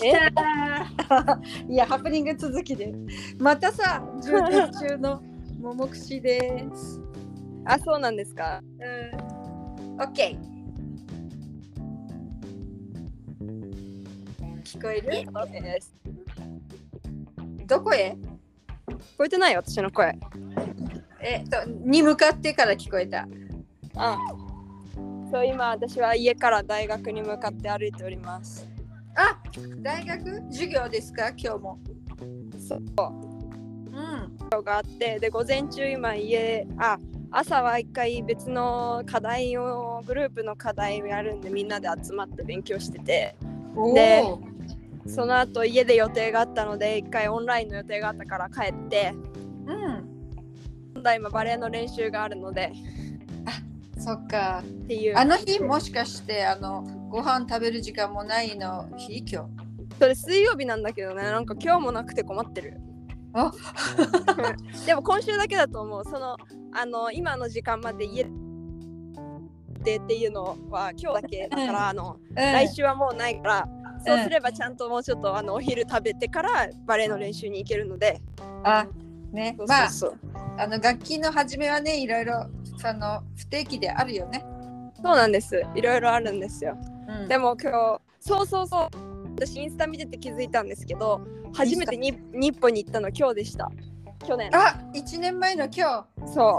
来たいや、ハプニング続きで。またさ、充電中のももくしです。 あ、そうなんですか。 OK。聞こえる？どこへ？ 聞こえてない私の声。 に向かってから聞こえた。 あ、そう、今私は家から大学に向かって歩いております。 あ、大学授業ですか？今日も。 そう。授業があって、で午前中今朝は一回別の課題をグループの課題をやるんでみんなで集まって勉強してて、でその後家で予定があったので一回オンラインの予定があったから帰って、今バレエの練習があるので。 そっか。 っていう。 あの日もしかしてご飯食べる時間もないの日？今日それ水曜日なんだけどね、なんか今日もなくて困ってる。でも今週だけだと思う。今の時間まで家でっていうのは今日だけだから、来週はもうないから、そうすればちゃんともうちょっとお昼食べてからバレエの練習に行けるので。 ね、まあ楽器の始めはね、いろいろ不定期であるよね。 そうなんです、いろいろあるんですよ。でも今日そう私インスタ見てて気づいたんですけど、初めて日本に行ったの今日でした。去年。 1年前の今日。 そう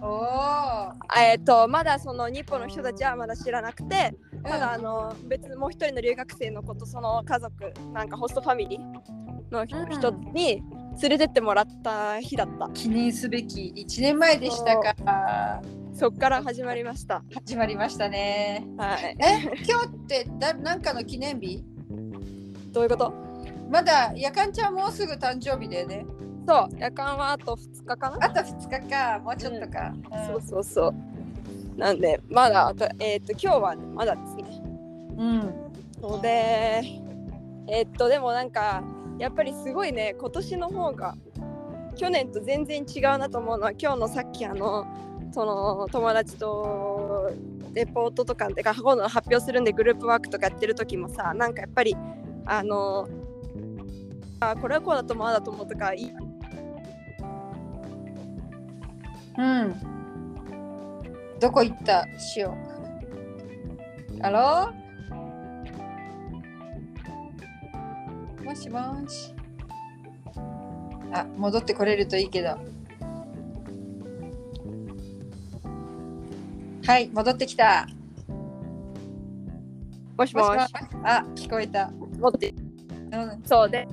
。まだその日本の人たちはまだ知らなくて、ただ別にもう一人の留学生の子とその家族、なんかホストファミリーの人に連れてってもらった日だった。 記念すべき1年前でしたか。 そっから始まりました。 始まりましたね。 はい。 今日ってなんかの記念日？ どういうこと？ まだ夜間ちゃんもうすぐ誕生日だよね。 そう、夜間はあと2日かな。 あと2日か、もうちょっとか。 そう。なんでまだ今日はまだですね。のででもなんかやっぱりすごいね、今年の方が去年と全然違うなと思うのは、今日のさっきその友達とレポートとかで今度発表するんでグループワークとかやってる時もさ、なんかやっぱりこれはこうだと思う、あだと思うとかどこ行った塩？ハロー？もしもし。戻ってこれるといいけど。はい、戻ってきた。 もしもし。 聞こえた。 そうで。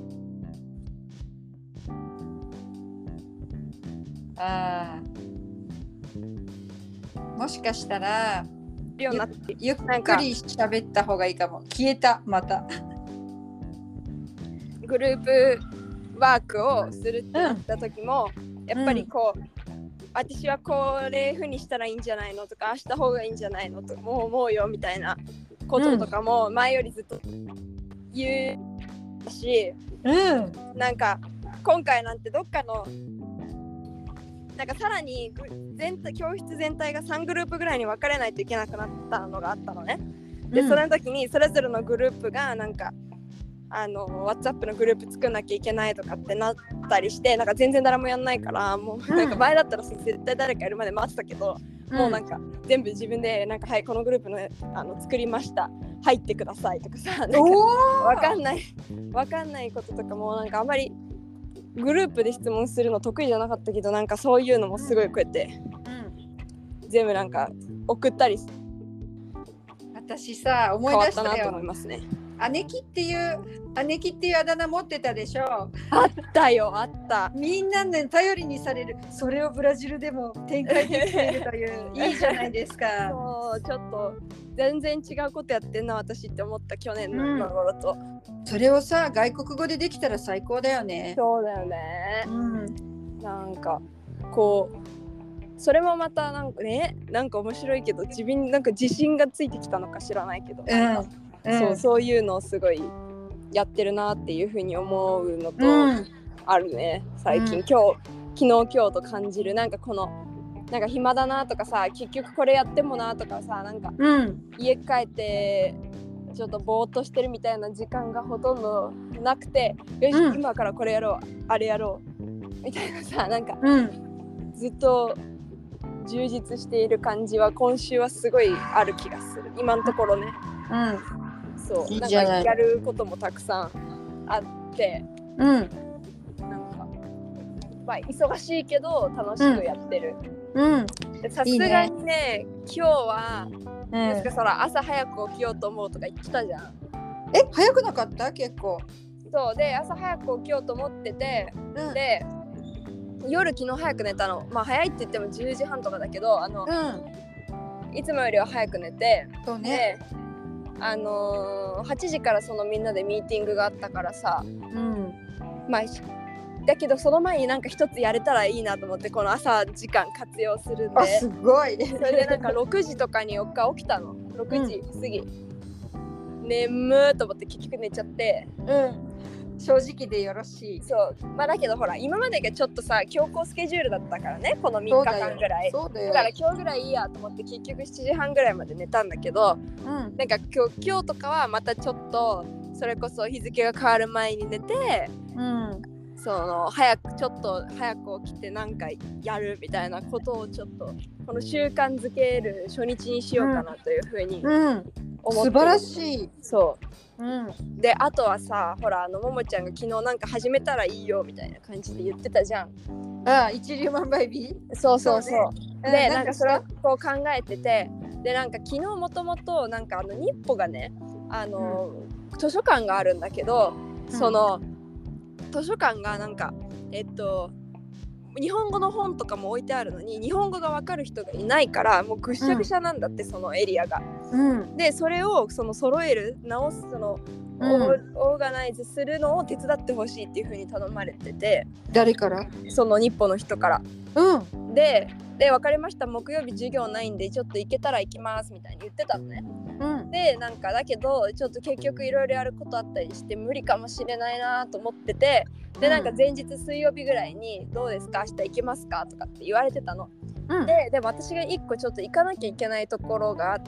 もしかしたらゆっくり喋った方がいいかも。消えた、また。 グループワークをするってなった時も、やっぱり私はこれ風にしたらいいんじゃないのとか、ああした方がいいんじゃないのともう思うよみたいなこととかも前よりずっと言うし、なんか今回なんてどっかのなんかさらに教室全体が3グループぐらいに分かれないといけなくなったのがあったのね。で、その時にそれぞれのグループがなんかWhatsApp のグループ作んなきゃいけないとかってなったりして、なんか全然誰もやんないから、もうなんか前だったら絶対誰かやるまで待ってたけど、もうなんか全部自分でなんか、はい、このグループの作りました、入ってくださいとかさ、なんか分かんないこととかもなんかあんまりグループで質問するの得意じゃなかったけど、なんかそういうのもすごいこうやって、全部なんか送ったり私さ、思い出したよ。 変わったなと思いますね。 姉貴っていうあだ名持ってたでしょ。 あったよ、あった。 みんなね、頼りにされる。それをブラジルでも展開できているといういいじゃないですか。 そう、ちょっと全然違うことやってんな私って思った、去年の今頃と。 それをさ、外国語でできたら最高だよね。 そうだよね。なんかそれもまたなんかね、なんか面白いけど、自分なんか自信がついてきたのか知らないけど、そういうのをすごいやってるなっていうふうに思うのとあるね、最近。昨日今日と感じる、なんかなんか暇だなとかさ、結局これやってもなとかさ、なんか家帰ってちょっとぼーっとしてるみたいな時間がほとんどなくて、よし、今からこれやろうあれやろうみたいなさ、なんか、ずっと充実している感じは今週はすごいある気がする、今のところね。そう、なんかやることもたくさんあって、なんかまあ忙しいけど楽しくやってる。さすがにね、今日は確かそら朝早く起きようと思うとか言ってたじゃん。 早くなかった結構。 そうで、朝早く起きようと思ってて、で夜昨日早く寝たの。まあ早いって言っても10時半とかだけど、いつもよりは早く寝て、 そうね、 で8時からそのみんなでミーティングがあったからさ、まあだけどその前になんか一つやれたらいいなと思って、この朝時間活用するんで。 すごい。 それでなんか6時とかに起きたの。6時過ぎ、眠ーと思って結局寝ちゃって、 正直でよろしい。 そう、まあだけどほら今までがちょっとさ強行スケジュールだったからね、この3日間ぐらい。だから今日ぐらいいいやと思って結局7時半ぐらいまで寝たんだけど、なんか今日とかはまたちょっとそれこそ日付が変わる前に寝て、そのちょっと早く起きて何かやるみたいなことをちょっとこの習慣づける初日にしようかなというふうに思ってる。 素晴らしい。 そう、であとはさ、ほらももちゃんが昨日なんか始めたらいいよみたいな感じで言ってたじゃん。 一粒万倍日。 そう、でなんかそれをこう考えてて、でなんか昨日もともとなんか日歩がね図書館があるんだけど、その図書館がなんか日本語の本とかも置いてあるのに日本語が分かる人がいないからもうぐっしゃぐしゃなんだって、そのエリアが。でそれを揃える直すオーガナイズするのを手伝ってほしいっていう風に頼まれてて。 誰から？ その日本の人から。で分かりました、木曜日授業ないんでちょっと行けたら行きますみたいに言ってたのね。でなんかだけどちょっと結局いろいろやることあったりして無理かもしれないなと思ってて、でなんか前日水曜日ぐらいにどうですか明日行けますかとかって言われてたの。でも私が1個ちょっと行かなきゃいけないところがあって、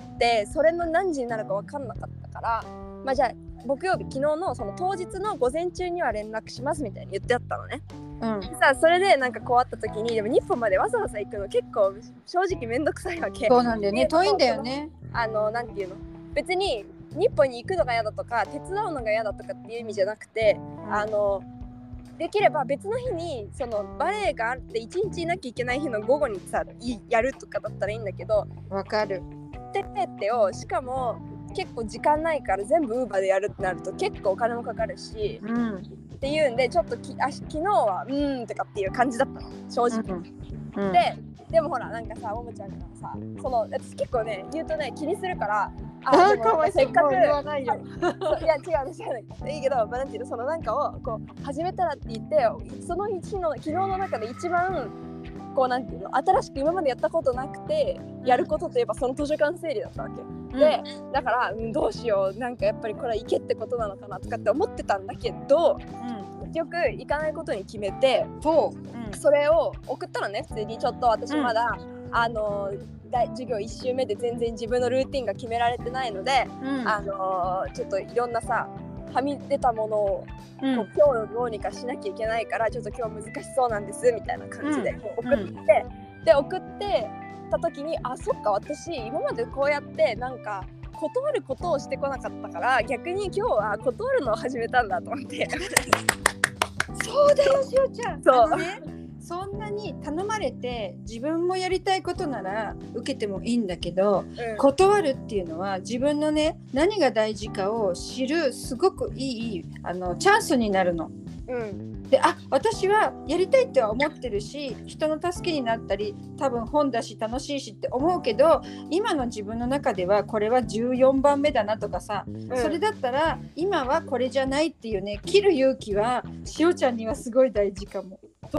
それの何時になるか分かんなかったから、まあじゃあ木曜日昨日のその当日の午前中には連絡しますみたいに言ってあったのね。さそれでなんかこうあった時に、でも日本までわざわざ行くの結構正直めんどくさいわけ。そうなんだよね、遠いんだよね。なんていうの、別に日本に行くのが嫌だとか手伝うのが嫌だとかっていう意味じゃなくて、できれば別の日にそのバレエがあって1日いなきゃいけない日の午後にさやるとかだったらいいんだけど、 わかる。 てってをしかも結構時間ないから全部ウーバーでやるってなると結構お金もかかるし、っていうんでちょっと昨日はとかっていう感じだったの正直。でもほらなんかさももちゃんがさ、その私結構ね言うとね気にするから、でもせっかく言わないよ。いや違ういいけど、なんていうの、そのなんかをこう始めたらって言ってその日の昨日の中で一番こうなんていうの新しく今までやったことなくてやることといえばその図書館整理だったわけ。でだからどうしよう、なんかやっぱりこれは行けってことなのかなとかって思ってたんだけど、結局行かないことに決めて、それを送ったのね。普通にちょっと私まだ、授業1週目で全然自分のルーティンが決められてないので、ちょっといろんなさはみ出たものを、今日どうにかしなきゃいけないからちょっと今日難しそうなんですみたいな感じで送って、送ってた時にそっか私今までこうやってなんか断ることをしてこなかったから逆に今日は断るのを始めたんだと思ってそうだよしおちゃん。そんなに頼まれて自分もやりたいことなら受けてもいいんだけど、断るっていうのは自分のね何が大事かを知るすごくいいチャンスになるの。で私はやりたいっては思ってるし人の助けになったり多分本だし楽しいしって思うけど、今の自分の中ではこれは14番目だなとかさ、それだったら今はこれじゃないっていうね切る勇気はしおちゃんにはすごい大事かも。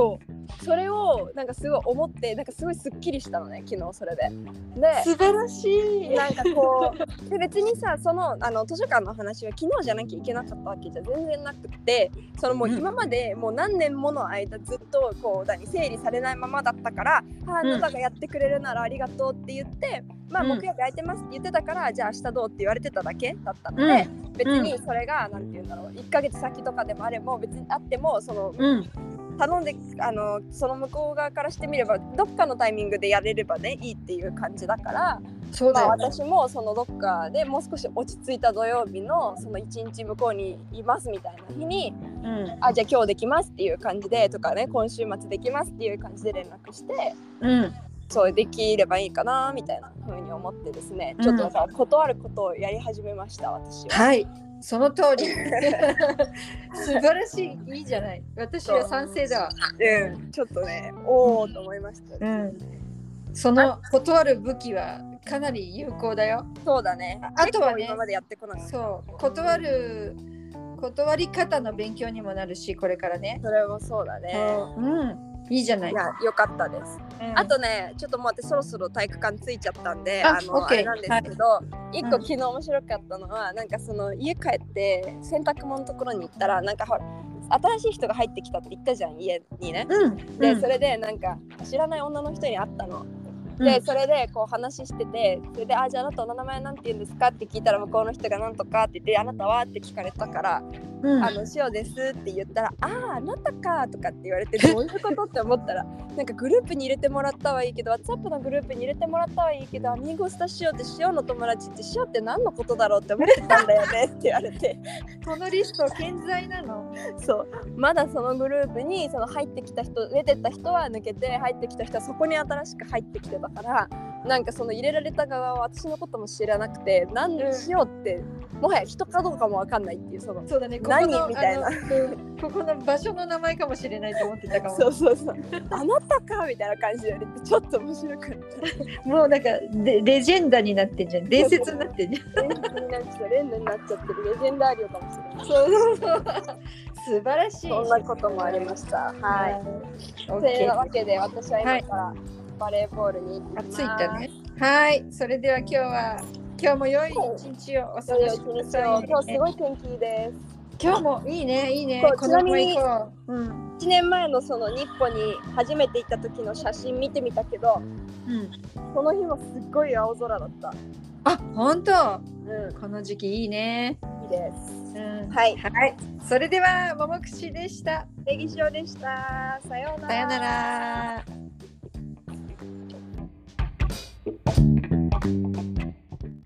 それをなんかすごい思って、なんかすごいすっきりしたのね、昨日それで。で、 素晴らしい。 なんかこうで別にさ、その図書館の話は昨日じゃなきゃいけなかったわけじゃ全然なくて、そのもう今までもう何年もの間ずっとこう整理されないままだったから、あなたがやってくれるならありがとうって言って、まあ木曜日空いてますって言ってたから、じゃあ明日どうって言われてただけだったので、別にそれがなんて言うんだろう、1ヶ月先とかでもあれば別にあっても、その、頼んでその向こう側からしてみればどっかのタイミングでやれればねいいっていう感じだから、 そうだよ、ね。 私もそのどっかでもう少し落ち着いた土曜日のその1日向こうにいますみたいな日に、あじゃあ今日できますっていう感じでとかね、今週末できますっていう感じで連絡して、そうできればいいかなみたいな風に思ってですね、ちょっとだから断ることをやり始めました、私は。 はい、その通り。素晴らしい、いいじゃない。私は賛成だわ。 ちょっとね、おおと思いました。 その断る武器はかなり有効だよ。 そうだね。 あとはね、 今までやってこなかった。 そう、断り方の勉強にもなるし、これからね。 それもそうだね。 いいじゃない。 いや、よかったです。あとね、ちょっともう私そろそろ体育館着いちゃったんで、あれなんですけど、一個昨日面白かったのは、なんかその家帰って洗濯物のところに行ったら、なんかほら新しい人が入ってきたって言ったじゃん、家にね。で、それでなんか知らない女の人に会ったの。で、それでこう話してて、それでじゃああなたお名前なんて言うんですかって聞いたら、向こうの人がなんとかって言って、あなたはって聞かれたから、塩ですって言ったら、あなたかとかって言われて、どういうことって思ったら、なんかグループに入れてもらったはいいけど、WhatsApp のグループに入れてもらったはいいけど、アミーゴスタ塩って塩の友達って塩って何のことだろうって思ってたんだよねって言われて、 このリスト健在なの？ そう、まだそのグループにその入ってきた人、出てった人は抜けて、入ってきた人はそこに新しく入ってきてたから、なんかその入れられた側は私のことも知らなくて、何でしようって、もはや人かどうかも分かんないっていう、 そうだね、 何みたいな、 ここの場所の名前かもしれないと思ってたかも。 そうあなたかみたいな感じで言われて、ちょっと面白かった。 もうなんかレジェンダになってんじゃん、伝説になってんじゃん。 伝説になっちゃって、レンドになっちゃってるレジェンダーリオかもしれない。そう素晴らしい。 そんなこともありました。はい。というわけで、私は今からバレーボールに行ってきます。 着いたね。はい、それでは今日も良い一日をお過ごしください。 今日すごい天気です。 今日もいいね、いいね。 ちなみに1年前のその日本に初めて行った時の写真見てみたけど、この日もすっごい青空だった。 あ、本当。この時期いいね。 いいです。 はい。それではももくしでした。 ネギ塩でした。さようなら。 さようなら。